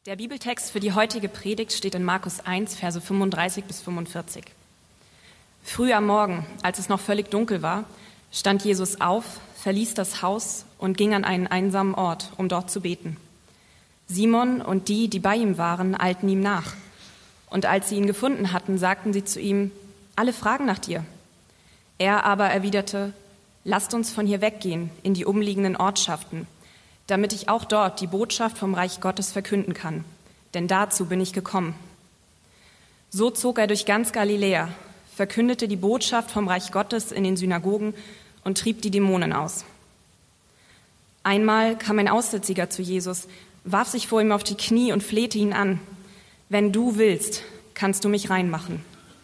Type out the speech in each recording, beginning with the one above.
Der Bibeltext für die heutige Predigt steht in Markus 1, Verse 35 bis 45. Früh am Morgen, als es noch völlig dunkel war, stand Jesus auf, verließ das Haus und ging an einen einsamen Ort, um dort zu beten. Simon und die bei ihm waren, eilten ihm nach. Und als sie ihn gefunden hatten, sagten sie zu ihm: Alle fragen nach dir. Er aber erwiderte: Lasst uns von hier weggehen in die umliegenden Ortschaften, damit ich auch dort die Botschaft vom Reich Gottes verkünden kann. Denn dazu bin ich gekommen. So zog er durch ganz Galiläa, verkündete die Botschaft vom Reich Gottes in den Synagogen und trieb die Dämonen aus. Einmal kam ein Aussätziger zu Jesus, warf sich vor ihm auf die Knie und flehte ihn an: Wenn du willst, kannst du mich reinmachen.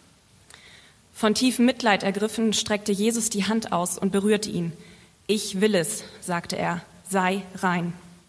Von tiefem Mitleid ergriffen, streckte Jesus die Hand aus und berührte ihn. Ich will es, sagte er, sei rein.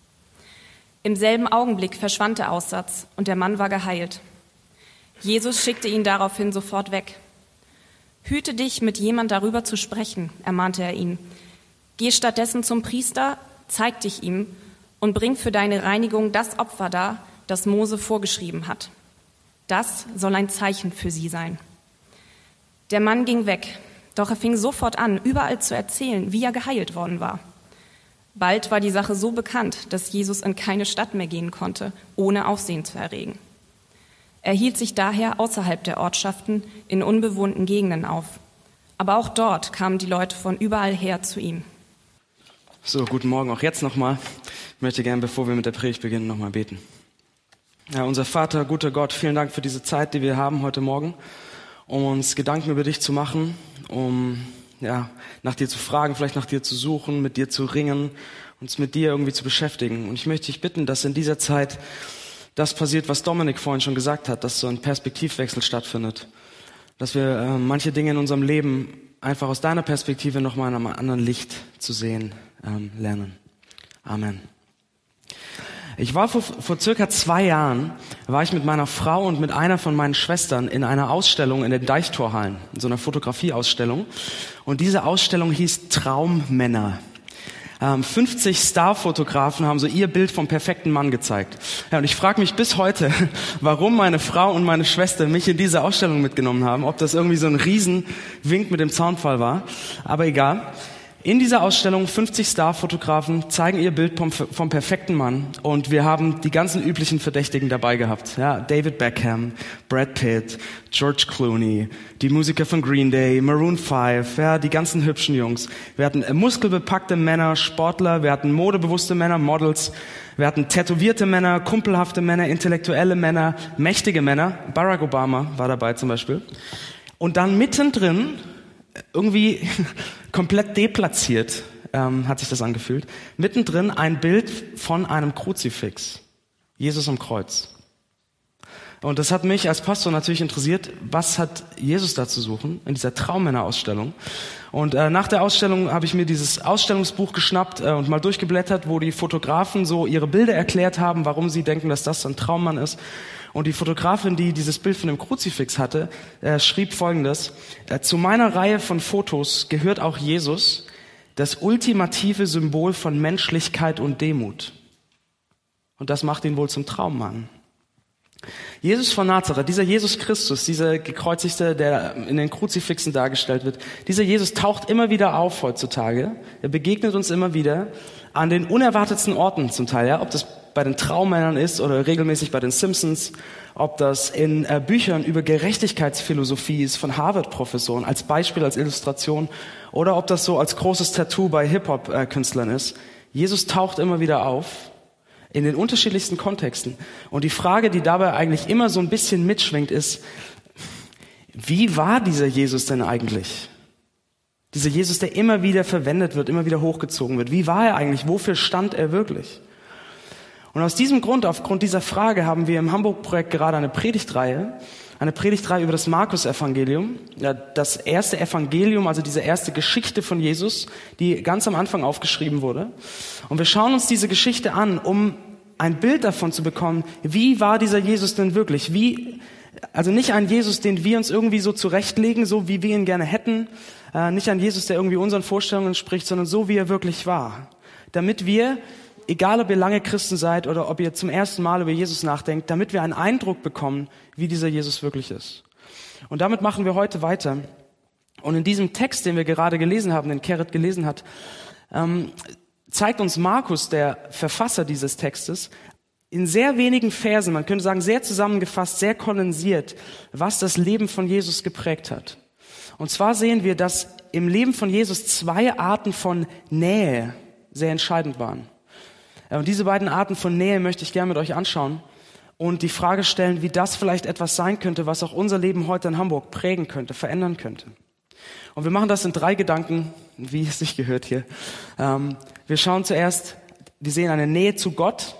Im selben Augenblick verschwand der Aussatz und der Mann war geheilt. Jesus schickte ihn daraufhin sofort weg. Hüte dich, mit jemand darüber zu sprechen, ermahnte er ihn. Geh stattdessen zum Priester, zeig dich ihm und bring für deine Reinigung das Opfer dar, das Mose vorgeschrieben hat. Das soll ein Zeichen für sie sein. Der Mann ging weg, doch er fing sofort an, überall zu erzählen, wie er geheilt worden war. Bald war die Sache so bekannt, dass Jesus in keine Stadt mehr gehen konnte, ohne Aufsehen zu erregen. Er hielt sich daher außerhalb der Ortschaften in unbewohnten Gegenden auf. Aber auch dort kamen die Leute von überall her zu ihm. So, guten Morgen auch jetzt nochmal. Ich möchte gerne, bevor wir mit der Predigt beginnen, nochmal beten. Ja, unser Vater, guter Gott, vielen Dank für diese Zeit, die wir haben heute Morgen, um uns Gedanken über dich zu machen, um nach dir zu fragen, vielleicht nach dir zu suchen, mit dir zu ringen, uns mit dir irgendwie zu beschäftigen. Und ich möchte dich bitten, dass in dieser Zeit das passiert, was Dominik vorhin schon gesagt hat, dass so ein Perspektivwechsel stattfindet. Dass wir manche Dinge in unserem Leben einfach aus deiner Perspektive nochmal in einem anderen Licht zu sehen lernen. Amen. Ich war vor circa 2 Jahren, war ich mit meiner Frau und mit einer von meinen Schwestern in einer Ausstellung in den Deichtorhallen, in so einer Fotografieausstellung. Und diese Ausstellung hieß Traummänner. 50 Starfotografen haben so ihr Bild vom perfekten Mann gezeigt. Ja, und ich frage mich bis heute, warum meine Frau und meine Schwester mich in diese Ausstellung mitgenommen haben, ob das irgendwie so ein Riesenwink mit dem Zaunpfahl war, aber egal. In dieser Ausstellung 50 Starfotografen zeigen ihr Bild vom perfekten Mann und wir haben die ganzen üblichen Verdächtigen dabei gehabt. Ja, David Beckham, Brad Pitt, George Clooney, die Musiker von Green Day, Maroon 5, ja, die ganzen hübschen Jungs. Wir hatten muskelbepackte Männer, Sportler, wir hatten modebewusste Männer, Models, wir hatten tätowierte Männer, kumpelhafte Männer, intellektuelle Männer, mächtige Männer. Barack Obama war dabei zum Beispiel. Und dann mittendrin irgendwie komplett deplatziert, hat sich das angefühlt. Mittendrin ein Bild von einem Kruzifix. Jesus am Kreuz. Und das hat mich als Pastor natürlich interessiert, was hat Jesus da zu suchen in dieser Traummänner-Ausstellung. Und nach der Ausstellung habe ich mir dieses Ausstellungsbuch geschnappt und mal durchgeblättert, wo die Fotografen so ihre Bilder erklärt haben, warum sie denken, dass das ein Traummann ist. Und die Fotografin, die dieses Bild von dem Kruzifix hatte, schrieb Folgendes: Zu meiner Reihe von Fotos gehört auch Jesus, das ultimative Symbol von Menschlichkeit und Demut. Und das macht ihn wohl zum Traummann. Jesus von Nazareth, dieser Jesus Christus, dieser Gekreuzigte, der in den Kruzifixen dargestellt wird, dieser Jesus taucht immer wieder auf heutzutage. Er begegnet uns immer wieder an den unerwartetsten Orten zum Teil, ja, ob das bei den Traummännern ist oder regelmäßig bei den Simpsons, ob das in Büchern über Gerechtigkeitsphilosophie ist von Harvard-Professoren als Beispiel, als Illustration, oder ob das so als großes Tattoo bei Hip-Hop-Künstlern ist. Jesus taucht immer wieder auf in den unterschiedlichsten Kontexten. Und die Frage, die dabei eigentlich immer so ein bisschen mitschwingt, ist: Wie war dieser Jesus denn eigentlich? Dieser Jesus, der immer wieder verwendet wird, immer wieder hochgezogen wird. Wie war er eigentlich? Wofür stand er wirklich? Und aus diesem Grund, aufgrund dieser Frage, haben wir im Hamburg-Projekt gerade eine Predigtreihe über das Markus-Evangelium. Ja, das erste Evangelium, also diese erste Geschichte von Jesus, die ganz am Anfang aufgeschrieben wurde. Und wir schauen uns diese Geschichte an, um ein Bild davon zu bekommen, wie war dieser Jesus denn wirklich? Also nicht ein Jesus, den wir uns irgendwie so zurechtlegen, so wie wir ihn gerne hätten. Nicht ein Jesus, der irgendwie unseren Vorstellungen entspricht, sondern so, wie er wirklich war. Damit wir egal ob ihr lange Christen seid oder ob ihr zum ersten Mal über Jesus nachdenkt, damit wir einen Eindruck bekommen, wie dieser Jesus wirklich ist. Und damit machen wir heute weiter. Und in diesem Text, den wir gerade gelesen haben, den Gerrit gelesen hat, zeigt uns Markus, der Verfasser dieses Textes, in sehr wenigen Versen, man könnte sagen sehr zusammengefasst, sehr kondensiert, was das Leben von Jesus geprägt hat. Und zwar sehen wir, dass im Leben von Jesus 2 Arten von Nähe sehr entscheidend waren. Und diese beiden Arten von Nähe möchte ich gerne mit euch anschauen und die Frage stellen, wie das vielleicht etwas sein könnte, was auch unser Leben heute in Hamburg prägen könnte, verändern könnte. Und wir machen das in 3 Gedanken, wie es sich gehört hier. Wir schauen zuerst, wir sehen eine Nähe zu Gott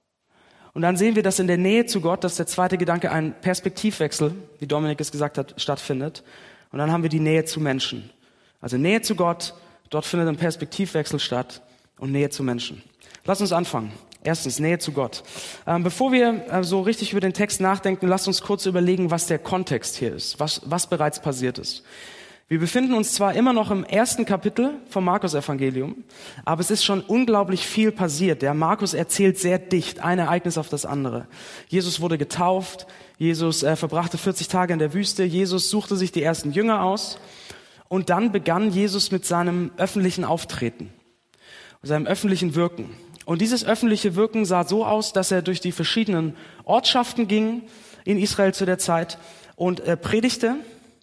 und dann sehen wir, dass in der Nähe zu Gott, das ist der zweite Gedanke, ein Perspektivwechsel, wie Dominik es gesagt hat, stattfindet. Und dann haben wir die Nähe zu Menschen. Also Nähe zu Gott, dort findet ein Perspektivwechsel statt und Nähe zu Menschen. Lass uns anfangen. Erstens, Nähe zu Gott. Bevor wir so richtig über den Text nachdenken, lasst uns kurz überlegen, was der Kontext hier ist, was bereits passiert ist. Wir befinden uns zwar immer noch im 1. Kapitel vom Markus-Evangelium, aber es ist schon unglaublich viel passiert. Der Markus erzählt sehr dicht, ein Ereignis auf das andere. Jesus wurde getauft, Jesus verbrachte 40 Tage in der Wüste, Jesus suchte sich die ersten Jünger aus und dann begann Jesus mit seinem öffentlichen Auftreten, seinem öffentlichen Wirken. Und dieses öffentliche Wirken sah so aus, dass er durch die verschiedenen Ortschaften ging in Israel zu der Zeit und predigte.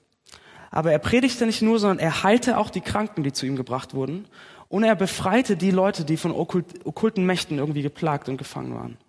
Aber er predigte nicht nur, sondern er heilte auch die Kranken, die zu ihm gebracht wurden. Und er befreite die Leute, die von okkulten Mächten irgendwie geplagt und gefangen waren.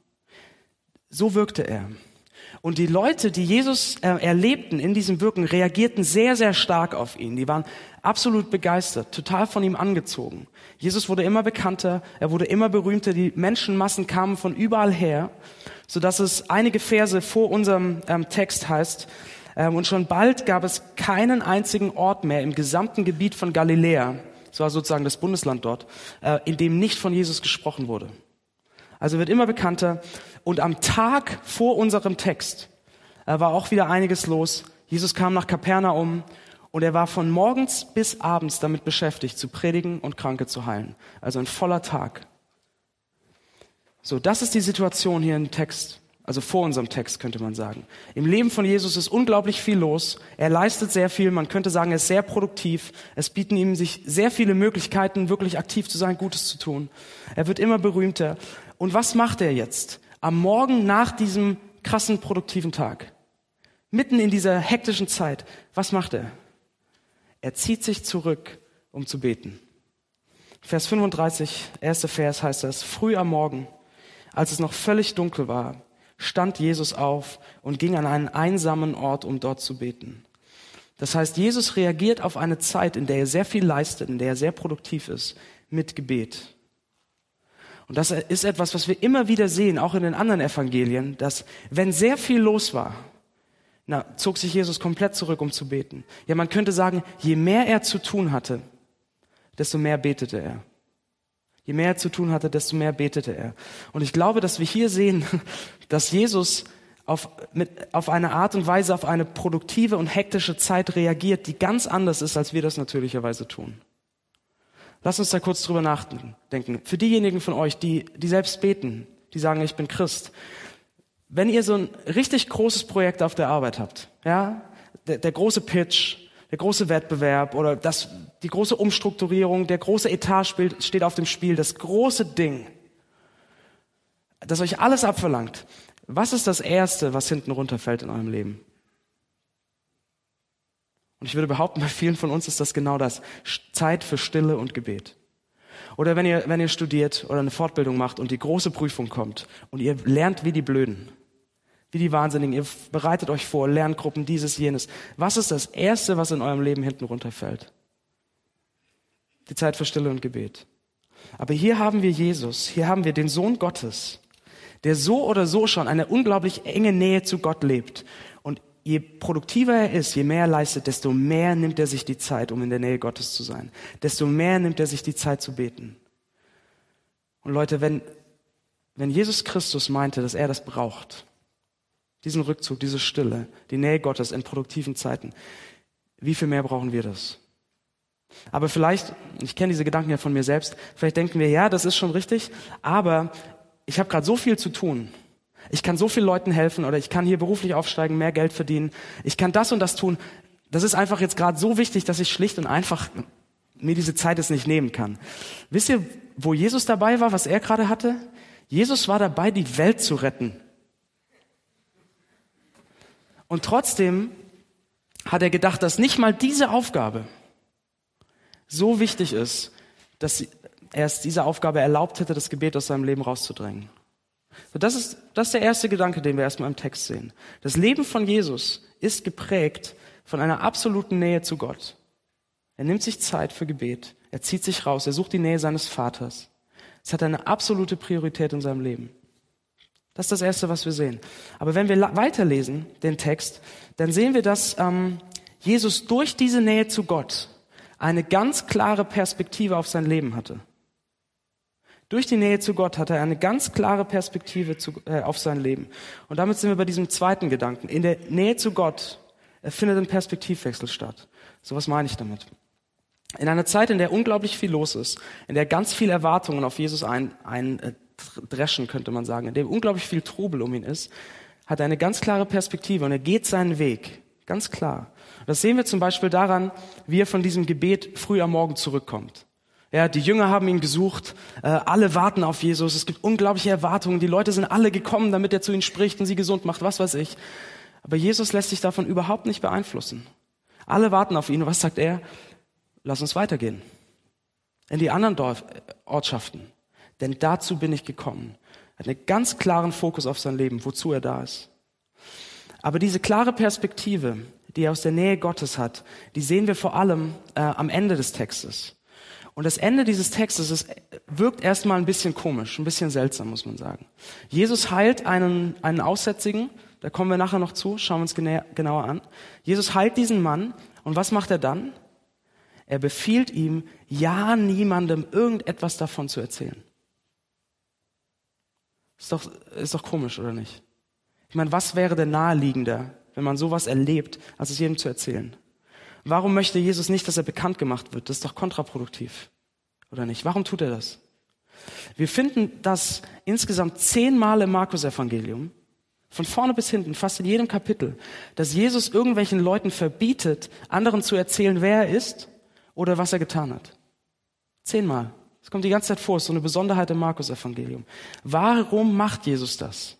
So wirkte er. Und die Leute, die Jesus erlebten in diesem Wirken, reagierten sehr, sehr stark auf ihn. Die waren absolut begeistert, total von ihm angezogen. Jesus wurde immer bekannter, er wurde immer berühmter, die Menschenmassen kamen von überall her, sodass es einige Verse vor unserem Text heißt, und schon bald gab es keinen einzigen Ort mehr im gesamten Gebiet von Galiläa, das war sozusagen das Bundesland dort, in dem nicht von Jesus gesprochen wurde. Also wird immer bekannter. Und am Tag vor unserem Text war auch wieder einiges los. Jesus kam nach Kapernaum und er war von morgens bis abends damit beschäftigt, zu predigen und Kranke zu heilen. Also ein voller Tag. So, das ist die Situation hier im Text. Also vor unserem Text könnte man sagen. Im Leben von Jesus ist unglaublich viel los. Er leistet sehr viel. Man könnte sagen, er ist sehr produktiv. Es bieten ihm sich sehr viele Möglichkeiten, wirklich aktiv zu sein, Gutes zu tun. Er wird immer berühmter. Und was macht er jetzt? Am Morgen nach diesem krassen, produktiven Tag. Mitten in dieser hektischen Zeit. Was macht er? Er zieht sich zurück, um zu beten. Vers 35, erster Vers heißt das. Früh am Morgen, als es noch völlig dunkel war, stand Jesus auf und ging an einen einsamen Ort, um dort zu beten. Das heißt, Jesus reagiert auf eine Zeit, in der er sehr viel leistet, in der er sehr produktiv ist, mit Gebet. Und das ist etwas, was wir immer wieder sehen, auch in den anderen Evangelien, dass wenn sehr viel los war, zog sich Jesus komplett zurück, um zu beten. Ja, man könnte sagen, je mehr er zu tun hatte, desto mehr betete er. Je mehr er zu tun hatte, desto mehr betete er. Und ich glaube, dass wir hier sehen, dass Jesus auf eine Art und Weise auf eine produktive und hektische Zeit reagiert, die ganz anders ist, als wir das natürlicherweise tun. Lass uns da kurz drüber nachdenken. Für diejenigen von euch, die selbst beten, die sagen, ich bin Christ. Wenn ihr so ein richtig großes Projekt auf der Arbeit habt, ja, der große Pitch, der große Wettbewerb oder die große Umstrukturierung, der große Etat steht auf dem Spiel, das große Ding, das euch alles abverlangt. Was ist das Erste, was hinten runterfällt in eurem Leben? Und ich würde behaupten, bei vielen von uns ist das genau das. Zeit für Stille und Gebet. Oder wenn ihr studiert oder eine Fortbildung macht und die große Prüfung kommt und ihr lernt wie die Blöden, wie die Wahnsinnigen, ihr bereitet euch vor, Lerngruppen, dieses, jenes. Was ist das Erste, was in eurem Leben hinten runterfällt? Die Zeit für Stille und Gebet. Aber hier haben wir Jesus, hier haben wir den Sohn Gottes, der so oder so schon eine unglaublich enge Nähe zu Gott lebt. Und je produktiver er ist, je mehr er leistet, desto mehr nimmt er sich die Zeit, um in der Nähe Gottes zu sein. Desto mehr nimmt er sich die Zeit zu beten. Und Leute, wenn Jesus Christus meinte, dass er das braucht, diesen Rückzug, diese Stille, die Nähe Gottes in produktiven Zeiten, wie viel mehr brauchen wir das? Aber vielleicht, ich kenne diese Gedanken ja von mir selbst, vielleicht denken wir, ja, das ist schon richtig, aber ich habe gerade so viel zu tun. Ich kann so vielen Leuten helfen oder ich kann hier beruflich aufsteigen, mehr Geld verdienen. Ich kann das und das tun. Das ist einfach jetzt gerade so wichtig, dass ich schlicht und einfach mir diese Zeit jetzt nicht nehmen kann. Wisst ihr, wo Jesus dabei war, was er gerade hatte? Jesus war dabei, die Welt zu retten. Und trotzdem hat er gedacht, dass nicht mal diese Aufgabe so wichtig ist, dass er es dieser Aufgabe erlaubt hätte, das Gebet aus seinem Leben rauszudrängen. Das ist der erste Gedanke, den wir erstmal im Text sehen. Das Leben von Jesus ist geprägt von einer absoluten Nähe zu Gott. Er nimmt sich Zeit für Gebet, er zieht sich raus, er sucht die Nähe seines Vaters. Es hat eine absolute Priorität in seinem Leben. Das ist das Erste, was wir sehen. Aber wenn wir weiterlesen, den Text, dann sehen wir, dass Jesus durch diese Nähe zu Gott eine ganz klare Perspektive auf sein Leben hatte. Durch die Nähe zu Gott hat er eine ganz klare Perspektive auf sein Leben. Und damit sind wir bei diesem zweiten Gedanken. In der Nähe zu Gott findet ein Perspektivwechsel statt. So was meine ich damit? In einer Zeit, in der unglaublich viel los ist, in der ganz viel Erwartungen auf Jesus dreschen, könnte man sagen, in dem unglaublich viel Trubel um ihn ist, hat er eine ganz klare Perspektive und er geht seinen Weg. Ganz klar. Das sehen wir zum Beispiel daran, wie er von diesem Gebet früh am Morgen zurückkommt. Ja, die Jünger haben ihn gesucht, alle warten auf Jesus, es gibt unglaubliche Erwartungen, die Leute sind alle gekommen, damit er zu ihnen spricht und sie gesund macht, was weiß ich. Aber Jesus lässt sich davon überhaupt nicht beeinflussen. Alle warten auf ihn und was sagt er? Lass uns weitergehen. In die anderen Ortschaften. Denn dazu bin ich gekommen. Er hat einen ganz klaren Fokus auf sein Leben, wozu er da ist. Aber diese klare Perspektive, die er aus der Nähe Gottes hat, die sehen wir vor allem am Ende des Textes. Und das Ende dieses Textes wirkt erstmal ein bisschen komisch, ein bisschen seltsam, muss man sagen. Jesus heilt einen Aussätzigen, da kommen wir nachher noch zu, schauen wir uns genauer an. Jesus heilt diesen Mann und was macht er dann? Er befiehlt ihm, ja niemandem irgendetwas davon zu erzählen. Ist doch komisch, oder nicht? Ich meine, was wäre denn naheliegender, wenn man sowas erlebt, als es jedem zu erzählen? Warum möchte Jesus nicht, dass er bekannt gemacht wird? Das ist doch kontraproduktiv, oder nicht? Warum tut er das? Wir finden das insgesamt 10 Mal im Markus-Evangelium, von vorne bis hinten, fast in jedem Kapitel, dass Jesus irgendwelchen Leuten verbietet, anderen zu erzählen, wer er ist oder was er getan hat. 10 Mal. Das kommt die ganze Zeit vor, ist so eine Besonderheit im Markus-Evangelium. Warum macht Jesus das?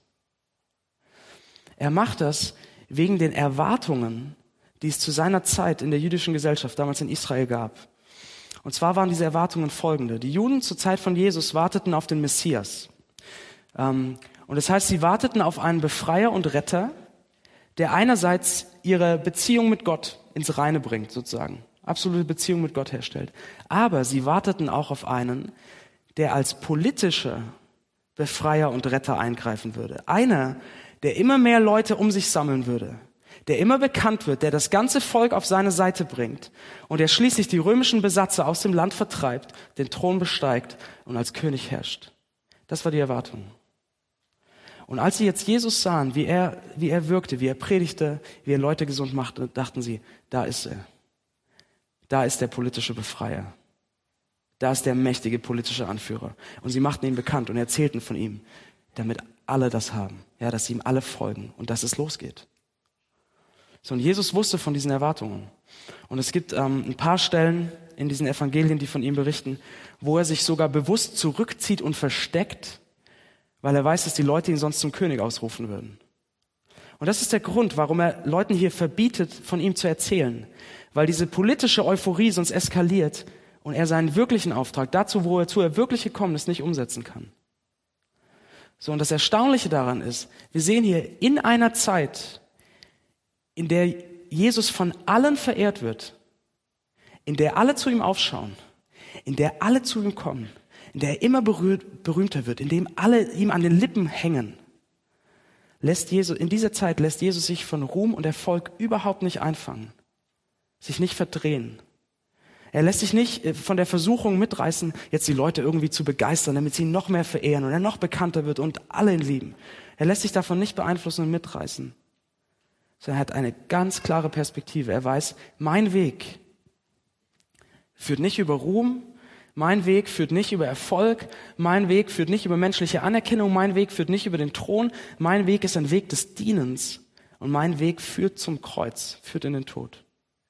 Er macht das wegen den Erwartungen, die es zu seiner Zeit in der jüdischen Gesellschaft, damals in Israel, gab. Und zwar waren diese Erwartungen folgende. Die Juden zur Zeit von Jesus warteten auf den Messias. Und das heißt, sie warteten auf einen Befreier und Retter, der einerseits ihre Beziehung mit Gott ins Reine bringt, sozusagen. Absolute Beziehung mit Gott herstellt. Aber sie warteten auch auf einen, der als politischer Befreier und Retter eingreifen würde. Einer, der immer mehr Leute um sich sammeln würde, der immer bekannt wird, der das ganze Volk auf seine Seite bringt und der schließlich die römischen Besatzer aus dem Land vertreibt, den Thron besteigt und als König herrscht. Das war die Erwartung. Und als sie jetzt Jesus sahen, wie er wirkte, wie er predigte, wie er Leute gesund machte, dachten sie, da ist er. Da ist der politische Befreier. Da ist der mächtige politische Anführer. Und sie machten ihn bekannt und erzählten von ihm, damit alle das haben. Ja, dass sie ihm alle folgen und dass es losgeht. So, und Jesus wusste von diesen Erwartungen. Und es gibt ein paar Stellen in diesen Evangelien, die von ihm berichten, wo er sich sogar bewusst zurückzieht und versteckt, weil er weiß, dass die Leute ihn sonst zum König ausrufen würden. Und das ist der Grund, warum er Leuten hier verbietet, von ihm zu erzählen. Weil diese politische Euphorie sonst eskaliert und er seinen wirklichen Auftrag, wozu er wirklich gekommen ist, nicht umsetzen kann. So, und das Erstaunliche daran ist, wir sehen hier in einer Zeit, in der Jesus von allen verehrt wird, in der alle zu ihm aufschauen, in der alle zu ihm kommen, in der er immer berühmter wird, in dem alle ihm an den Lippen hängen, in dieser Zeit lässt Jesus sich von Ruhm und Erfolg überhaupt nicht einfangen, sich nicht verdrehen. Er lässt sich nicht von der Versuchung mitreißen, jetzt die Leute irgendwie zu begeistern, damit sie ihn noch mehr verehren und er noch bekannter wird und alle ihn lieben. Er lässt sich davon nicht beeinflussen und mitreißen. Sondern er hat eine ganz klare Perspektive. Er weiß, mein Weg führt nicht über Ruhm, mein Weg führt nicht über Erfolg, mein Weg führt nicht über menschliche Anerkennung, mein Weg führt nicht über den Thron, mein Weg ist ein Weg des Dienens und mein Weg führt zum Kreuz, führt in den Tod.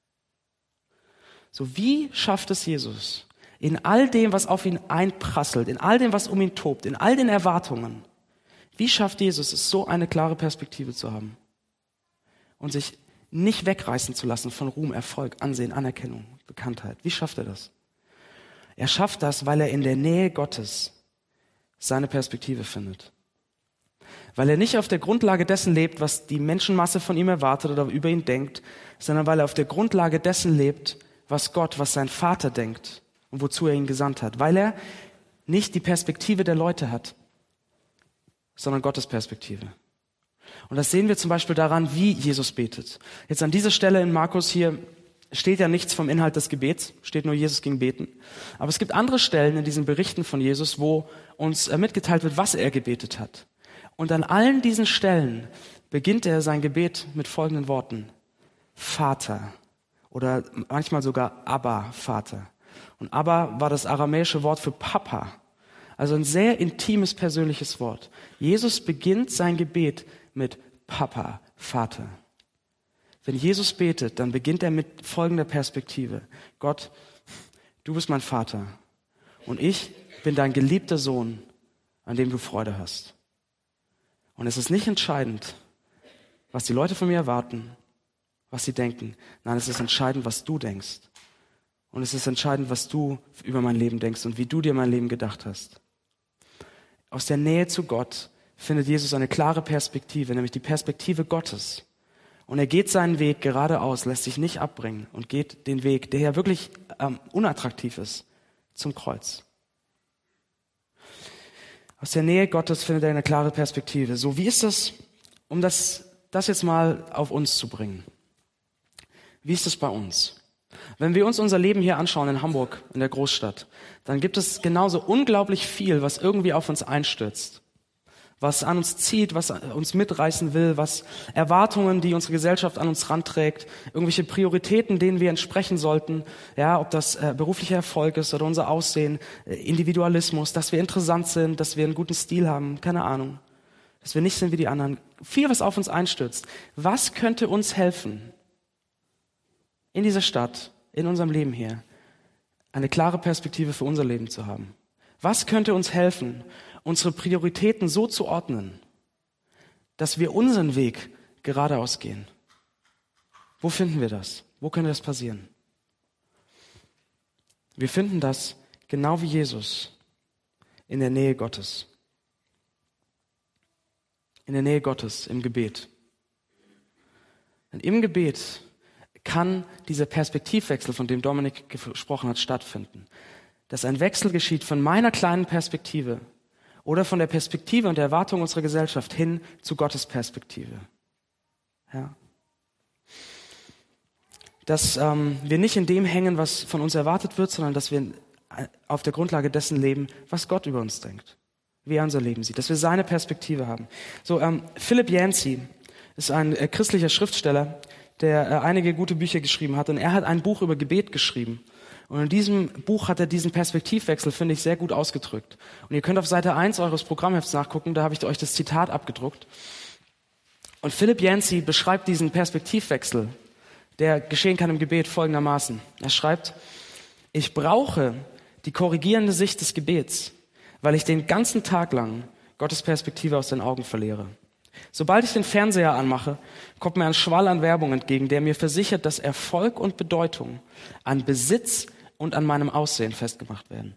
So, wie schafft es Jesus, in all dem, was auf ihn einprasselt, in all dem, was um ihn tobt, in all den Erwartungen, wie schafft Jesus es, so eine klare Perspektive zu haben und sich nicht wegreißen zu lassen von Ruhm, Erfolg, Ansehen, Anerkennung, Bekanntheit? Wie schafft er das? Er schafft das, weil er in der Nähe Gottes seine Perspektive findet. Weil er nicht auf der Grundlage dessen lebt, was die Menschenmasse von ihm erwartet oder über ihn denkt, sondern weil er auf der Grundlage dessen lebt, was Gott, was sein Vater denkt und wozu er ihn gesandt hat. Weil er nicht die Perspektive der Leute hat, sondern Gottes Perspektive. Und das sehen wir zum Beispiel daran, wie Jesus betet. Jetzt an dieser Stelle in Markus hier steht ja nichts vom Inhalt des Gebets, steht nur, Jesus ging beten. Aber es gibt andere Stellen in diesen Berichten von Jesus, wo uns mitgeteilt wird, was er gebetet hat. Und an allen diesen Stellen beginnt er sein Gebet mit folgenden Worten: Vater oder manchmal sogar Abba, Vater. Und Abba war das aramäische Wort für Papa. Also ein sehr intimes, persönliches Wort. Jesus beginnt sein Gebet mit Papa, Vater. Wenn Jesus betet, dann beginnt er mit folgender Perspektive: Gott, du bist mein Vater und ich bin dein geliebter Sohn, an dem du Freude hast. Und es ist nicht entscheidend, was die Leute von mir erwarten, was sie denken. Nein, es ist entscheidend, was du denkst. Und es ist entscheidend, was du über mein Leben denkst und wie du dir mein Leben gedacht hast. Aus der Nähe zu Gott findet Jesus eine klare Perspektive, nämlich die Perspektive Gottes. Und er geht seinen Weg geradeaus, lässt sich nicht abbringen und geht den Weg, der ja wirklich unattraktiv ist, zum Kreuz. Aus der Nähe Gottes findet er eine klare Perspektive. So, wie ist das, um das jetzt mal auf uns zu bringen? Wie ist das bei uns? Wenn wir uns unser Leben hier anschauen in Hamburg, in der Großstadt, dann gibt es genauso unglaublich viel, was irgendwie auf uns einstürzt. Was an uns zieht, was uns mitreißen will, was Erwartungen, die unsere Gesellschaft an uns ranträgt, irgendwelche Prioritäten, denen wir entsprechen sollten, ja, ob das beruflicher Erfolg ist oder unser Aussehen, Individualismus, dass wir interessant sind, dass wir einen guten Stil haben, keine Ahnung, dass wir nicht sind wie die anderen. Viel, was auf uns einstürzt. Was könnte uns helfen, in dieser Stadt, in unserem Leben hier, eine klare Perspektive für unser Leben zu haben? Was könnte uns helfen, unsere Prioritäten so zu ordnen, dass wir unseren Weg geradeaus gehen? Wo finden wir das? Wo könnte das passieren? Wir finden das genau wie Jesus in der Nähe Gottes. In der Nähe Gottes, im Gebet. Und im Gebet kann dieser Perspektivwechsel, von dem Dominik gesprochen hat, stattfinden. Dass ein Wechsel geschieht von meiner kleinen Perspektive oder von der Perspektive und der Erwartung unserer Gesellschaft hin zu Gottes Perspektive. Ja. Dass wir nicht in dem hängen, was von uns erwartet wird, sondern dass wir auf der Grundlage dessen leben, was Gott über uns denkt, wie er unser Leben sieht, dass wir seine Perspektive haben. So, Philip Yancey ist ein christlicher Schriftsteller, der einige gute Bücher geschrieben hat, und er hat ein Buch über Gebet geschrieben. Und in diesem Buch hat er diesen Perspektivwechsel, finde ich, sehr gut ausgedrückt. Und ihr könnt auf Seite 1 eures Programmhefts nachgucken, da habe ich euch das Zitat abgedruckt. Und Philip Yancey beschreibt diesen Perspektivwechsel, der geschehen kann im Gebet, folgendermaßen. Er schreibt: Ich brauche die korrigierende Sicht des Gebets, weil ich den ganzen Tag lang Gottes Perspektive aus den Augen verliere. Sobald ich den Fernseher anmache, kommt mir ein Schwall an Werbung entgegen, der mir versichert, dass Erfolg und Bedeutung an Besitz und an meinem Aussehen festgemacht werden.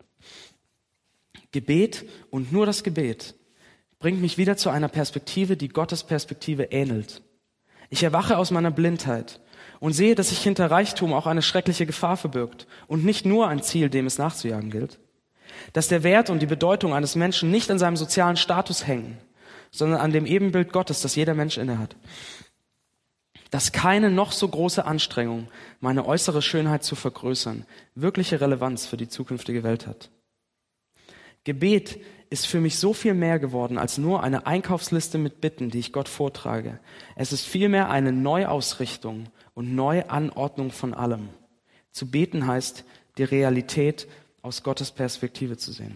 Gebet und nur das Gebet bringt mich wieder zu einer Perspektive, die Gottes Perspektive ähnelt. Ich erwache aus meiner Blindheit und sehe, dass sich hinter Reichtum auch eine schreckliche Gefahr verbirgt und nicht nur ein Ziel, dem es nachzujagen gilt. Dass der Wert und die Bedeutung eines Menschen nicht an seinem sozialen Status hängen, sondern an dem Ebenbild Gottes, das jeder Mensch innehat. Dass keine noch so große Anstrengung, meine äußere Schönheit zu vergrößern, wirkliche Relevanz für die zukünftige Welt hat. Gebet ist für mich so viel mehr geworden als nur eine Einkaufsliste mit Bitten, die ich Gott vortrage. Es ist vielmehr eine Neuausrichtung und Neuanordnung von allem. Zu beten heißt, die Realität aus Gottes Perspektive zu sehen.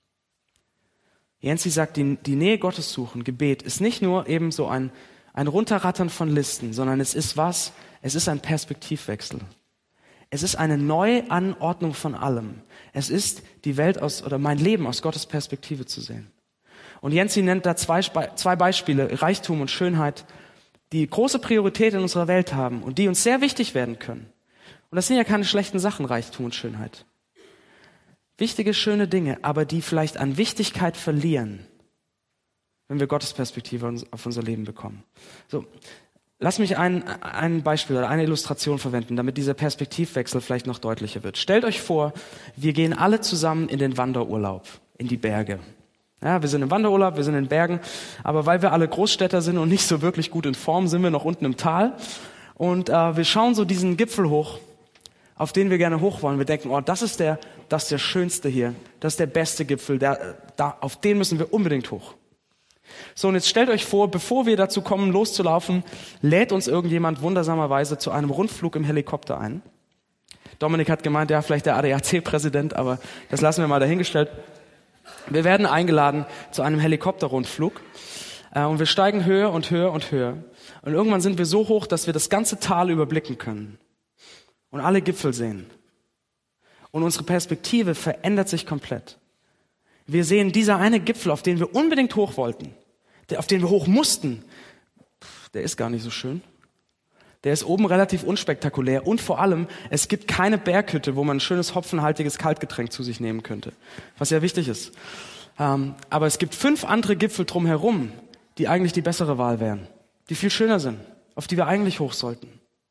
Yancey sagt, die Nähe Gottes suchen, Gebet, ist nicht nur eben so ein Runterrattern von Listen, sondern es ist was? Es ist ein Perspektivwechsel. Es ist eine neue Anordnung von allem. Es ist die Welt oder mein Leben aus Gottes Perspektive zu sehen. Und Yancey nennt da zwei Beispiele, Reichtum und Schönheit, die große Priorität in unserer Welt haben und die uns sehr wichtig werden können. Und das sind ja keine schlechten Sachen, Reichtum und Schönheit. Wichtige, schöne Dinge, aber die vielleicht an Wichtigkeit verlieren, wenn wir Gottes Perspektive auf unser Leben bekommen. So, lass mich ein Beispiel oder eine Illustration verwenden, damit dieser Perspektivwechsel vielleicht noch deutlicher wird. Stellt euch vor, wir gehen alle zusammen in den Wanderurlaub, in die Berge. Ja, wir sind im Wanderurlaub, wir sind in Bergen, aber weil wir alle Großstädter sind und nicht so wirklich gut in Form, sind wir noch unten im Tal und wir schauen so diesen Gipfel hoch, auf den wir gerne hoch wollen. Wir denken, oh, das ist der schönste hier, das ist der beste Gipfel, auf den müssen wir unbedingt hoch. So, und jetzt stellt euch vor, bevor wir dazu kommen, loszulaufen, lädt uns irgendjemand wundersamerweise zu einem Rundflug im Helikopter ein. Dominik hat gemeint, ja, vielleicht der ADAC-Präsident, aber das lassen wir mal dahingestellt. Wir werden eingeladen zu einem Helikopterrundflug und wir steigen höher und höher und höher. Und irgendwann sind wir so hoch, dass wir das ganze Tal überblicken können und alle Gipfel sehen. Und unsere Perspektive verändert sich komplett. Wir sehen dieser eine Gipfel, auf den wir unbedingt hoch wollten, auf den wir hoch mussten, der ist gar nicht so schön. Der ist oben relativ unspektakulär und vor allem, es gibt keine Berghütte, wo man ein schönes hopfenhaltiges Kaltgetränk zu sich nehmen könnte, was ja wichtig ist. Aber es gibt 5 andere Gipfel drumherum, die eigentlich die bessere Wahl wären, die viel schöner sind, auf die wir eigentlich hoch sollten.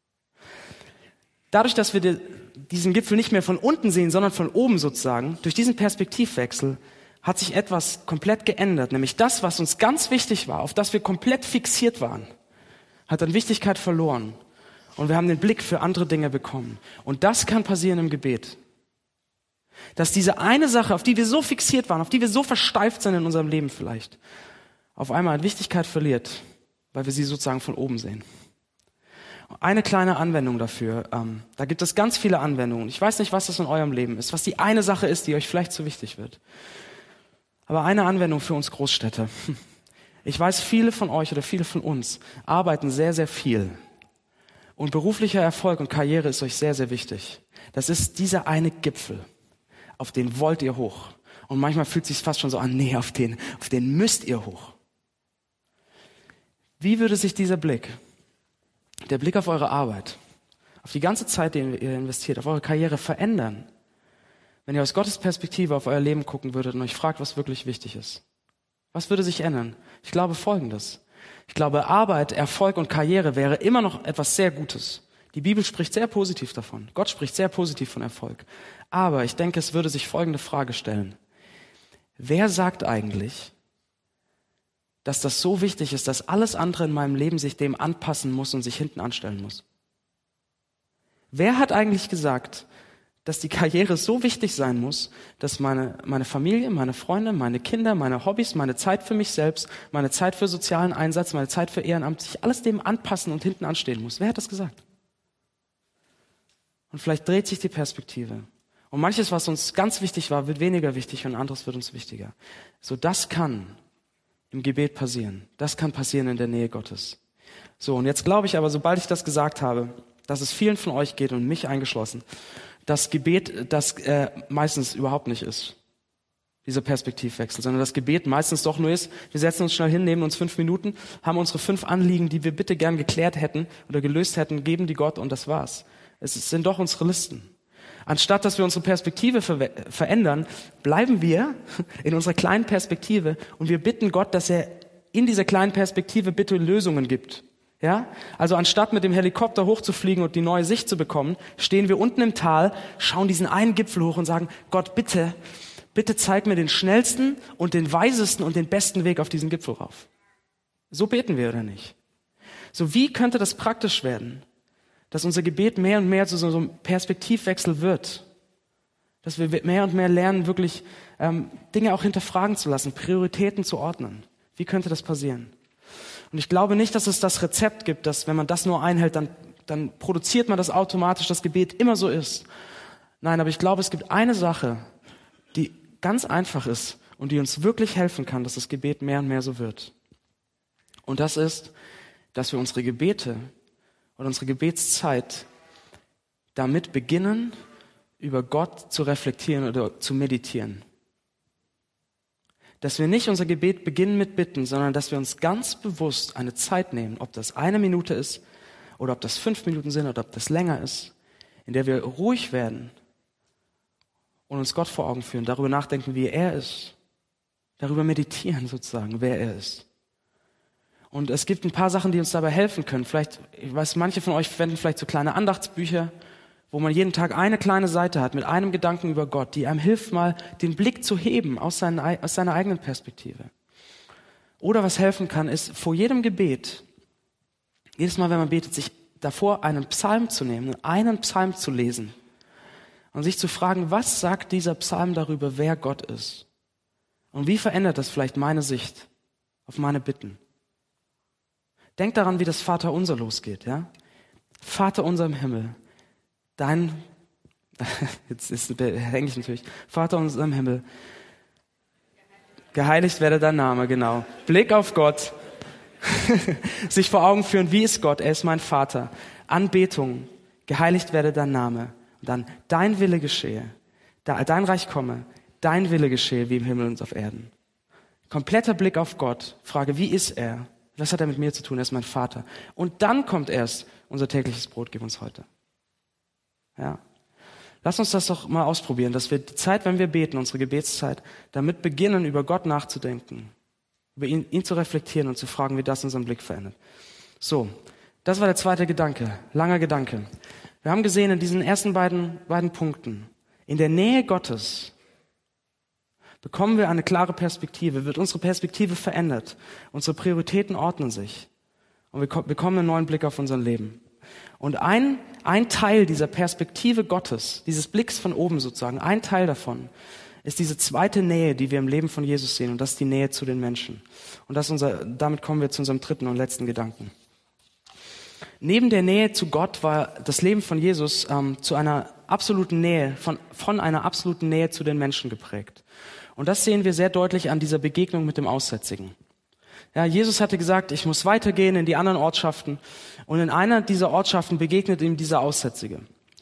Dadurch, dass wir diesen Gipfel nicht mehr von unten sehen, sondern von oben sozusagen, durch diesen Perspektivwechsel hat sich etwas komplett geändert, nämlich das, was uns ganz wichtig war, auf das wir komplett fixiert waren, hat an Wichtigkeit verloren und wir haben den Blick für andere Dinge bekommen. Und das kann passieren im Gebet. Dass diese eine Sache, auf die wir so fixiert waren, auf die wir so versteift sind in unserem Leben vielleicht, auf einmal an Wichtigkeit verliert, weil wir sie sozusagen von oben sehen. Eine kleine Anwendung dafür, da gibt es ganz viele Anwendungen. Ich weiß nicht, was das in eurem Leben ist, was die eine Sache ist, die euch vielleicht zu wichtig wird. Aber eine Anwendung für uns Großstädter. Ich weiß, viele von euch oder viele von uns arbeiten sehr, sehr viel. Und beruflicher Erfolg und Karriere ist euch sehr, sehr wichtig. Das ist dieser eine Gipfel, auf den wollt ihr hoch. Und manchmal fühlt es sich fast schon so an, nee, auf den müsst ihr hoch. Wie würde sich dieser Blick, der Blick auf eure Arbeit, auf die ganze Zeit, die ihr investiert, auf eure Karriere verändern, wenn ihr aus Gottes Perspektive auf euer Leben gucken würdet und euch fragt, was wirklich wichtig ist? Was würde sich ändern? Ich glaube Folgendes. Ich glaube, Arbeit, Erfolg und Karriere wäre immer noch etwas sehr Gutes. Die Bibel spricht sehr positiv davon. Gott spricht sehr positiv von Erfolg. Aber ich denke, es würde sich folgende Frage stellen. Wer sagt eigentlich, dass das so wichtig ist, dass alles andere in meinem Leben sich dem anpassen muss und sich hinten anstellen muss? Wer hat eigentlich gesagt, dass die Karriere so wichtig sein muss, dass meine Familie, meine Freunde, meine Kinder, meine Hobbys, meine Zeit für mich selbst, meine Zeit für sozialen Einsatz, meine Zeit für Ehrenamt, sich alles dem anpassen und hinten anstehen muss? Wer hat das gesagt? Und vielleicht dreht sich die Perspektive. Und manches, was uns ganz wichtig war, wird weniger wichtig und anderes wird uns wichtiger. So, das kann im Gebet passieren. Das kann passieren in der Nähe Gottes. So, und jetzt glaube ich aber, sobald ich das gesagt habe, dass es vielen von euch geht und mich eingeschlossen, das Gebet, das meistens überhaupt nicht ist, dieser Perspektivwechsel, sondern das Gebet meistens doch nur ist, wir setzen uns schnell hin, nehmen uns 5 Minuten, haben unsere 5 Anliegen, die wir bitte gern geklärt hätten oder gelöst hätten, geben die Gott und das war's. Es sind doch unsere Listen. Anstatt dass wir unsere Perspektive verändern, bleiben wir in unserer kleinen Perspektive und wir bitten Gott, dass er in dieser kleinen Perspektive bitte Lösungen gibt. Ja? Also anstatt mit dem Helikopter hochzufliegen und die neue Sicht zu bekommen, stehen wir unten im Tal, schauen diesen einen Gipfel hoch und sagen, Gott, bitte zeig mir den schnellsten und den weisesten und den besten Weg auf diesen Gipfel rauf. So beten wir, oder nicht? So, wie könnte das praktisch werden, dass unser Gebet mehr und mehr zu so einem Perspektivwechsel wird? Dass wir mehr und mehr lernen, wirklich Dinge auch hinterfragen zu lassen, Prioritäten zu ordnen. Wie könnte das passieren? Und ich glaube nicht, dass es das Rezept gibt, dass wenn man das nur einhält, dann produziert man das automatisch, das Gebet immer so ist. Nein, aber ich glaube, es gibt eine Sache, die ganz einfach ist und die uns wirklich helfen kann, dass das Gebet mehr und mehr so wird. Und das ist, dass wir unsere Gebete oder unsere Gebetszeit damit beginnen, über Gott zu reflektieren oder zu meditieren. Dass wir nicht unser Gebet beginnen mit Bitten, sondern dass wir uns ganz bewusst eine Zeit nehmen, ob das 1 Minute ist oder ob das 5 Minuten sind oder ob das länger ist, in der wir ruhig werden und uns Gott vor Augen führen, darüber nachdenken, wie er ist, darüber meditieren sozusagen, wer er ist. Und es gibt ein paar Sachen, die uns dabei helfen können. Vielleicht, ich weiß, manche von euch verwenden vielleicht so kleine Andachtsbücher, wo man jeden Tag eine kleine Seite hat mit einem Gedanken über Gott, die einem hilft, mal den Blick zu heben aus seiner eigenen Perspektive. Oder was helfen kann, ist vor jedem Gebet, jedes Mal, wenn man betet, sich davor einen Psalm zu nehmen, einen Psalm zu lesen und sich zu fragen, was sagt dieser Psalm darüber, wer Gott ist? Und wie verändert das vielleicht meine Sicht auf meine Bitten? Denkt daran, wie das Vaterunser losgeht, ja? Vater unser im Himmel, jetzt ist Englisch natürlich, Vater unser im Himmel, geheiligt werde dein Name, genau. Blick auf Gott, sich vor Augen führen, wie ist Gott, er ist mein Vater. Anbetung, geheiligt werde dein Name. Und dann, dein Wille geschehe, dein Reich komme, dein Wille geschehe, wie im Himmel und auf Erden. Kompletter Blick auf Gott, Frage, wie ist er? Was hat er mit mir zu tun? Er ist mein Vater. Und dann kommt erst, unser tägliches Brot gib uns heute. Ja. Lass uns das doch mal ausprobieren, dass wir die Zeit, wenn wir beten, unsere Gebetszeit, damit beginnen, über Gott nachzudenken, über ihn zu reflektieren und zu fragen, wie das unseren Blick verändert. So, das war der zweite Gedanke, langer Gedanke. Wir haben gesehen in diesen ersten beiden Punkten, in der Nähe Gottes bekommen wir eine klare Perspektive, wird unsere Perspektive verändert, unsere Prioritäten ordnen sich und wir bekommen einen neuen Blick auf unser Leben. Und ein Teil dieser Perspektive Gottes, dieses Blicks von oben sozusagen, ein Teil davon ist diese zweite Nähe, die wir im Leben von Jesus sehen, und das ist die Nähe zu den Menschen. Und damit kommen wir zu unserem dritten und letzten Gedanken. Neben der Nähe zu Gott war das Leben von Jesus zu einer absoluten Nähe, von einer absoluten Nähe zu den Menschen geprägt. Und das sehen wir sehr deutlich an dieser Begegnung mit dem Aussätzigen. Ja, Jesus hatte gesagt, ich muss weitergehen in die anderen Ortschaften. Und in einer dieser Ortschaften begegnet ihm dieser Aussätzige.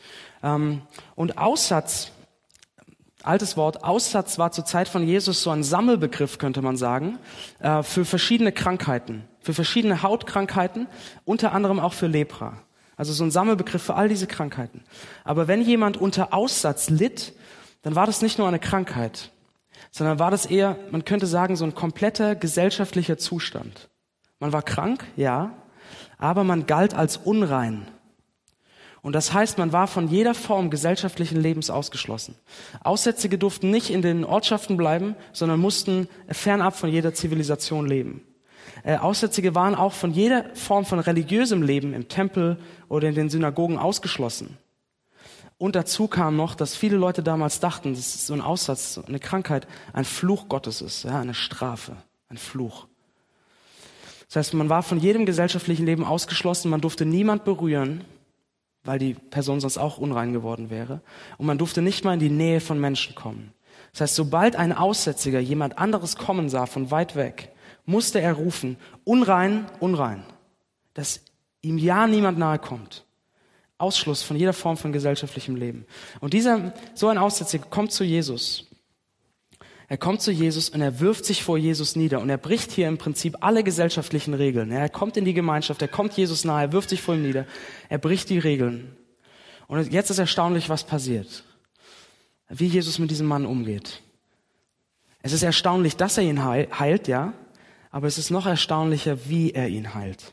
Und Aussatz, altes Wort, Aussatz war zur Zeit von Jesus so ein Sammelbegriff, könnte man sagen, für verschiedene Krankheiten, für verschiedene Hautkrankheiten, unter anderem auch für Lepra. Also so ein Sammelbegriff für all diese Krankheiten. Aber wenn jemand unter Aussatz litt, dann war das nicht nur eine Krankheit, sondern war das eher, man könnte sagen, so ein kompletter gesellschaftlicher Zustand. Man war krank, ja, aber man galt als unrein. Und das heißt, man war von jeder Form gesellschaftlichen Lebens ausgeschlossen. Aussätzige durften nicht in den Ortschaften bleiben, sondern mussten fernab von jeder Zivilisation leben. Aussätzige waren auch von jeder Form von religiösem Leben im Tempel oder in den Synagogen ausgeschlossen. Und dazu kam noch, dass viele Leute damals dachten, dass so ein Aussatz, so eine Krankheit, ein Fluch Gottes ist, ja, eine Strafe, ein Fluch. Das heißt, man war von jedem gesellschaftlichen Leben ausgeschlossen, man durfte niemand berühren, weil die Person sonst auch unrein geworden wäre. Und man durfte nicht mal in die Nähe von Menschen kommen. Das heißt, sobald ein Aussätziger jemand anderes kommen sah von weit weg, musste er rufen, unrein, unrein, dass ihm ja niemand nahe kommt. Ausschluss von jeder Form von gesellschaftlichem Leben. Und so ein Aussätziger kommt zu Jesus. Er kommt zu Jesus und er wirft sich vor Jesus nieder und er bricht hier im Prinzip alle gesellschaftlichen Regeln. Er kommt in die Gemeinschaft, er kommt Jesus nahe, er wirft sich vor ihm nieder, er bricht die Regeln. Und jetzt ist erstaunlich, was passiert. Wie Jesus mit diesem Mann umgeht. Es ist erstaunlich, dass er ihn heilt, ja, aber es ist noch erstaunlicher, wie er ihn heilt.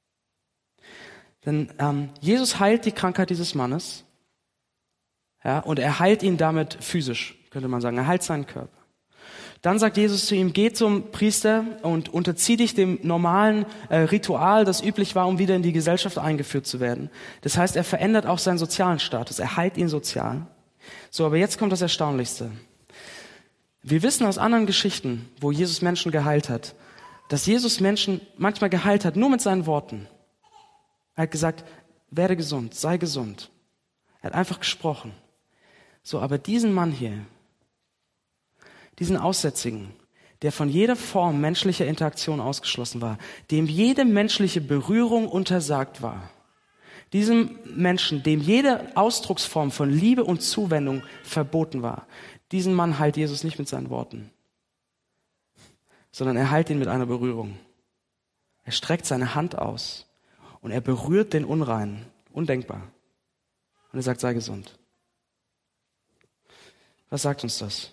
Denn Jesus heilt die Krankheit dieses Mannes, ja, und er heilt ihn damit physisch, könnte man sagen. Er heilt seinen Körper. Dann sagt Jesus zu ihm, geh zum Priester und unterzieh dich dem normalen Ritual, das üblich war, um wieder in die Gesellschaft eingeführt zu werden. Das heißt, er verändert auch seinen sozialen Status. Er heilt ihn sozial. So, aber jetzt kommt das Erstaunlichste. Wir wissen aus anderen Geschichten, wo Jesus Menschen geheilt hat, dass Jesus Menschen manchmal geheilt hat, nur mit seinen Worten. Er hat gesagt, werde gesund, sei gesund. Er hat einfach gesprochen. So, aber diesen Mann hier, diesen Aussätzigen, der von jeder Form menschlicher Interaktion ausgeschlossen war, dem jede menschliche Berührung untersagt war, diesem Menschen, dem jede Ausdrucksform von Liebe und Zuwendung verboten war, diesen Mann heilt Jesus nicht mit seinen Worten, sondern er heilt ihn mit einer Berührung. Er streckt seine Hand aus und er berührt den Unreinen, undenkbar. Und er sagt, sei gesund. Was sagt uns das?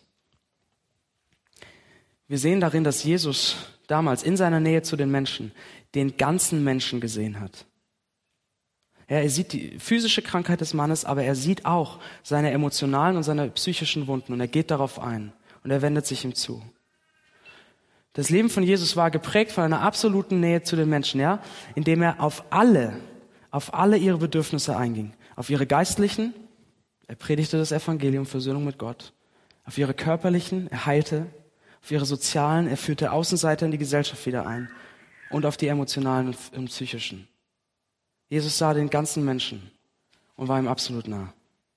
Wir sehen darin, dass Jesus damals in seiner Nähe zu den Menschen den ganzen Menschen gesehen hat. Ja, er sieht die physische Krankheit des Mannes, aber er sieht auch seine emotionalen und seine psychischen Wunden und er geht darauf ein und er wendet sich ihm zu. Das Leben von Jesus war geprägt von einer absoluten Nähe zu den Menschen, ja, indem er auf alle ihre Bedürfnisse einging. Auf ihre geistlichen, er predigte das Evangelium, Versöhnung mit Gott. Auf ihre körperlichen, er heilte. Auf ihre sozialen, er führte Außenseiter in die Gesellschaft wieder ein. Und auf die emotionalen und psychischen. Jesus sah den ganzen Menschen und war ihm absolut nah.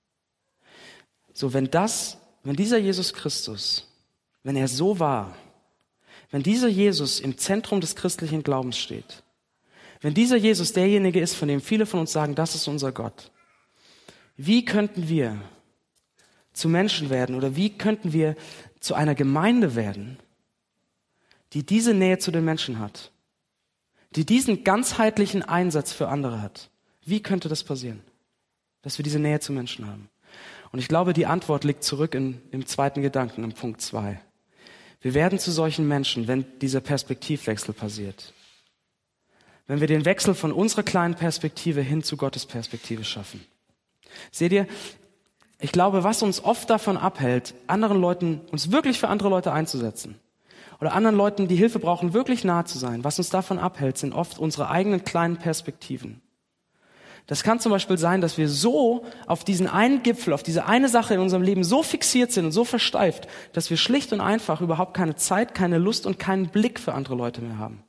So, wenn dieser Jesus Christus, wenn er so war, wenn dieser Jesus im Zentrum des christlichen Glaubens steht, wenn dieser Jesus derjenige ist, von dem viele von uns sagen, das ist unser Gott, wie könnten wir zu Menschen werden oder wie könnten wir zu einer Gemeinde werden, die diese Nähe zu den Menschen hat, die diesen ganzheitlichen Einsatz für andere hat? Wie könnte das passieren, dass wir diese Nähe zu Menschen haben? Und ich glaube, die Antwort liegt zurück im zweiten Gedanken, im Punkt 2. Wir werden zu solchen Menschen, wenn dieser Perspektivwechsel passiert. Wenn wir den Wechsel von unserer kleinen Perspektive hin zu Gottes Perspektive schaffen. Seht ihr, ich glaube, was uns oft davon abhält, uns wirklich für andere Leute einzusetzen oder anderen Leuten, die Hilfe brauchen, wirklich nahe zu sein, was uns davon abhält, sind oft unsere eigenen kleinen Perspektiven. Das kann zum Beispiel sein, dass wir so auf diesen einen Gipfel, auf diese eine Sache in unserem Leben so fixiert sind und so versteift, dass wir schlicht und einfach überhaupt keine Zeit, keine Lust und keinen Blick für andere Leute mehr haben.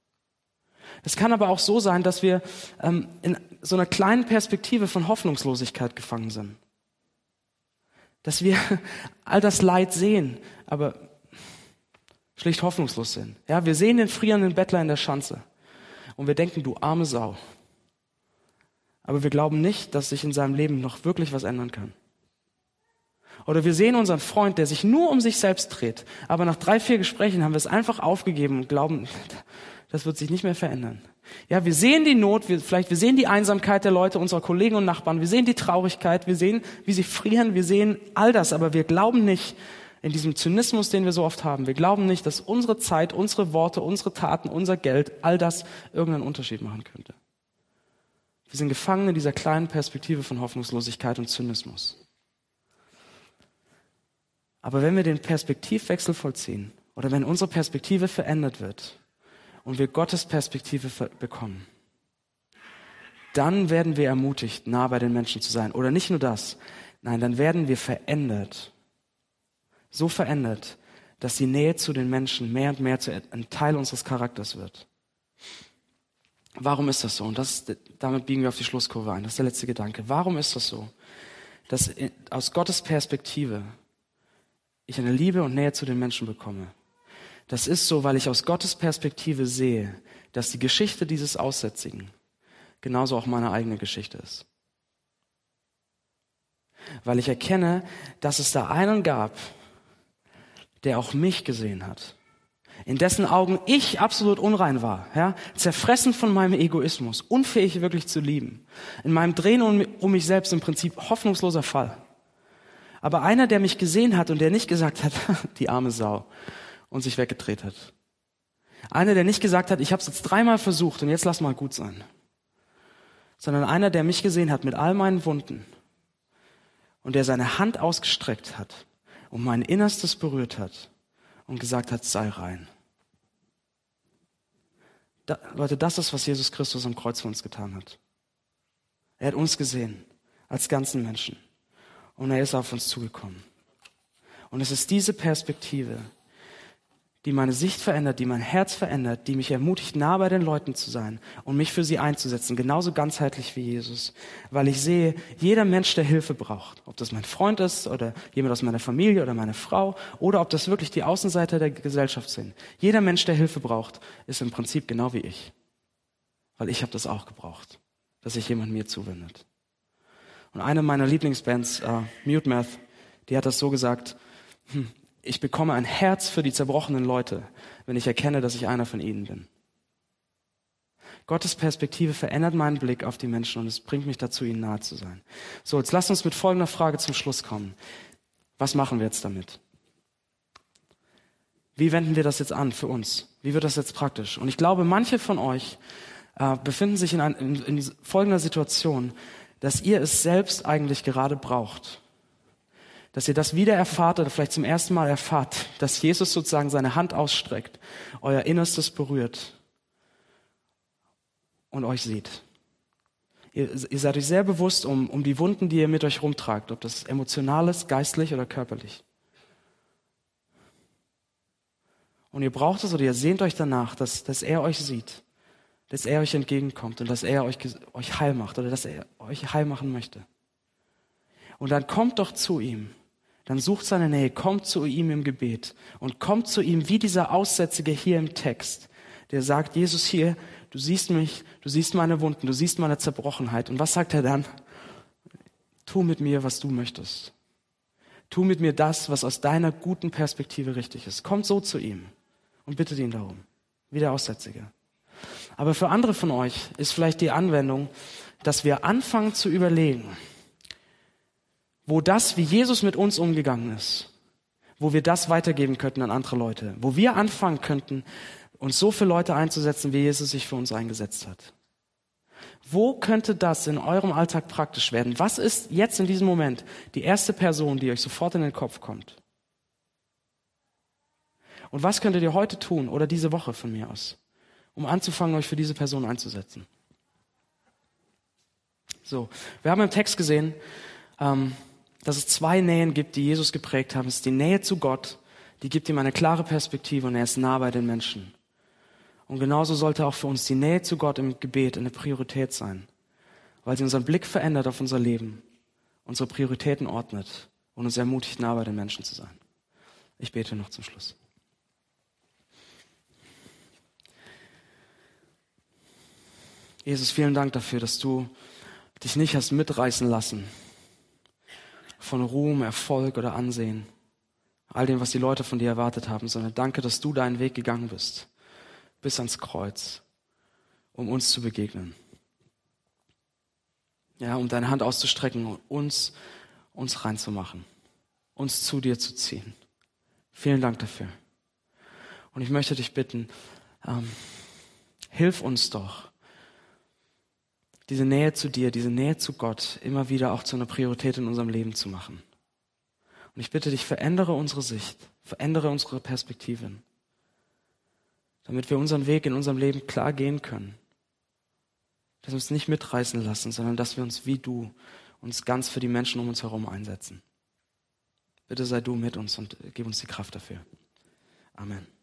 Es kann aber auch so sein, dass wir in so einer kleinen Perspektive von Hoffnungslosigkeit gefangen sind. Dass wir all das Leid sehen, aber schlicht hoffnungslos sind. Ja, wir sehen den frierenden Bettler in der Schanze und wir denken, du arme Sau. Aber wir glauben nicht, dass sich in seinem Leben noch wirklich was ändern kann. Oder wir sehen unseren Freund, der sich nur um sich selbst dreht, aber nach 3-4 Gesprächen haben wir es einfach aufgegeben und glauben, das wird sich nicht mehr verändern. Ja, wir sehen die Not, wir sehen die Einsamkeit der Leute, unserer Kollegen und Nachbarn, wir sehen die Traurigkeit, wir sehen, wie sie frieren, wir sehen all das, aber wir glauben nicht in diesem Zynismus, den wir so oft haben, wir glauben nicht, dass unsere Zeit, unsere Worte, unsere Taten, unser Geld, all das irgendeinen Unterschied machen könnte. Wir sind gefangen in dieser kleinen Perspektive von Hoffnungslosigkeit und Zynismus. Aber wenn wir den Perspektivwechsel vollziehen oder wenn unsere Perspektive verändert wird und wir Gottes Perspektive bekommen, dann werden wir ermutigt, nah bei den Menschen zu sein. Oder nicht nur das, nein, dann werden wir verändert. So verändert, dass die Nähe zu den Menschen mehr und mehr zu einem Teil unseres Charakters wird. Warum ist das so? Und damit biegen wir auf die Schlusskurve ein. Das ist der letzte Gedanke. Warum ist das so, dass aus Gottes Perspektive ich eine Liebe und Nähe zu den Menschen bekomme? Das ist so, weil ich aus Gottes Perspektive sehe, dass die Geschichte dieses Aussätzigen genauso auch meine eigene Geschichte ist. Weil ich erkenne, dass es da einen gab, der auch mich gesehen hat. In dessen Augen ich absolut unrein war, ja, zerfressen von meinem Egoismus, unfähig wirklich zu lieben. In meinem Drehen um mich selbst im Prinzip hoffnungsloser Fall. Aber einer, der mich gesehen hat und der nicht gesagt hat, die arme Sau, und sich weggedreht hat. Einer, der nicht gesagt hat, ich habe es jetzt 3-mal versucht und jetzt lass mal gut sein. Sondern einer, der mich gesehen hat mit all meinen Wunden und der seine Hand ausgestreckt hat und mein Innerstes berührt hat und gesagt hat, sei rein. Leute, das ist, was Jesus Christus am Kreuz für uns getan hat. Er hat uns gesehen als ganzen Menschen und er ist auf uns zugekommen. Und es ist diese Perspektive, die meine Sicht verändert, die mein Herz verändert, die mich ermutigt, nah bei den Leuten zu sein und mich für sie einzusetzen, genauso ganzheitlich wie Jesus. Weil ich sehe, jeder Mensch, der Hilfe braucht, ob das mein Freund ist oder jemand aus meiner Familie oder meine Frau oder ob das wirklich die Außenseiter der Gesellschaft sind. Jeder Mensch, der Hilfe braucht, ist im Prinzip genau wie ich. Weil ich habe das auch gebraucht, dass sich jemand mir zuwendet. Und eine meiner Lieblingsbands, Mute Math, die hat das so gesagt, ich bekomme ein Herz für die zerbrochenen Leute, wenn ich erkenne, dass ich einer von ihnen bin. Gottes Perspektive verändert meinen Blick auf die Menschen und es bringt mich dazu, ihnen nahe zu sein. So, jetzt lasst uns mit folgender Frage zum Schluss kommen. Was machen wir jetzt damit? Wie wenden wir das jetzt an für uns? Wie wird das jetzt praktisch? Und ich glaube, manche von euch befinden sich in folgender Situation, dass ihr es selbst eigentlich gerade braucht. Dass ihr das wieder erfahrt oder vielleicht zum ersten Mal erfahrt, dass Jesus sozusagen seine Hand ausstreckt, euer Innerstes berührt und euch sieht. Ihr seid euch sehr bewusst um die Wunden, die ihr mit euch rumtragt, ob das emotional ist, geistlich oder körperlich. Und ihr braucht es oder ihr sehnt euch danach, dass er euch sieht, dass er euch entgegenkommt und dass er euch heil macht oder dass er euch heil machen möchte. Und dann kommt doch zu ihm. Dann sucht seine Nähe, kommt zu ihm im Gebet und kommt zu ihm wie dieser Aussätzige hier im Text, der sagt, Jesus hier, du siehst mich, du siehst meine Wunden, du siehst meine Zerbrochenheit. Und was sagt er dann? Tu mit mir, was du möchtest. Tu mit mir das, was aus deiner guten Perspektive richtig ist. Kommt so zu ihm und bittet ihn darum, wie der Aussätzige. Aber für andere von euch ist vielleicht die Anwendung, dass wir anfangen zu überlegen, wo das, wie Jesus mit uns umgegangen ist, wo wir das weitergeben könnten an andere Leute, wo wir anfangen könnten, uns so für Leute einzusetzen, wie Jesus sich für uns eingesetzt hat. Wo könnte das in eurem Alltag praktisch werden? Was ist jetzt in diesem Moment die erste Person, die euch sofort in den Kopf kommt? Und was könntet ihr heute tun oder diese Woche von mir aus, um anzufangen, euch für diese Person einzusetzen? So, wir haben im Text gesehen, dass es 2 Nähen gibt, die Jesus geprägt haben. Es ist die Nähe zu Gott, die gibt ihm eine klare Perspektive und er ist nah bei den Menschen. Und genauso sollte auch für uns die Nähe zu Gott im Gebet eine Priorität sein, weil sie unseren Blick verändert auf unser Leben, unsere Prioritäten ordnet und uns ermutigt, nah bei den Menschen zu sein. Ich bete noch zum Schluss. Jesus, vielen Dank dafür, dass du dich nicht hast mitreißen lassen von Ruhm, Erfolg oder Ansehen, all dem, was die Leute von dir erwartet haben, sondern danke, dass du deinen Weg gegangen bist, bis ans Kreuz, um uns zu begegnen. Ja, um deine Hand auszustrecken und uns reinzumachen, uns zu dir zu ziehen. Vielen Dank dafür. Und ich möchte dich bitten, hilf uns doch, diese Nähe zu dir, diese Nähe zu Gott immer wieder auch zu einer Priorität in unserem Leben zu machen. Und ich bitte dich, verändere unsere Sicht, verändere unsere Perspektiven, damit wir unseren Weg in unserem Leben klar gehen können. Dass wir uns nicht mitreißen lassen, sondern dass wir uns wie du uns ganz für die Menschen um uns herum einsetzen. Bitte sei du mit uns und gib uns die Kraft dafür. Amen.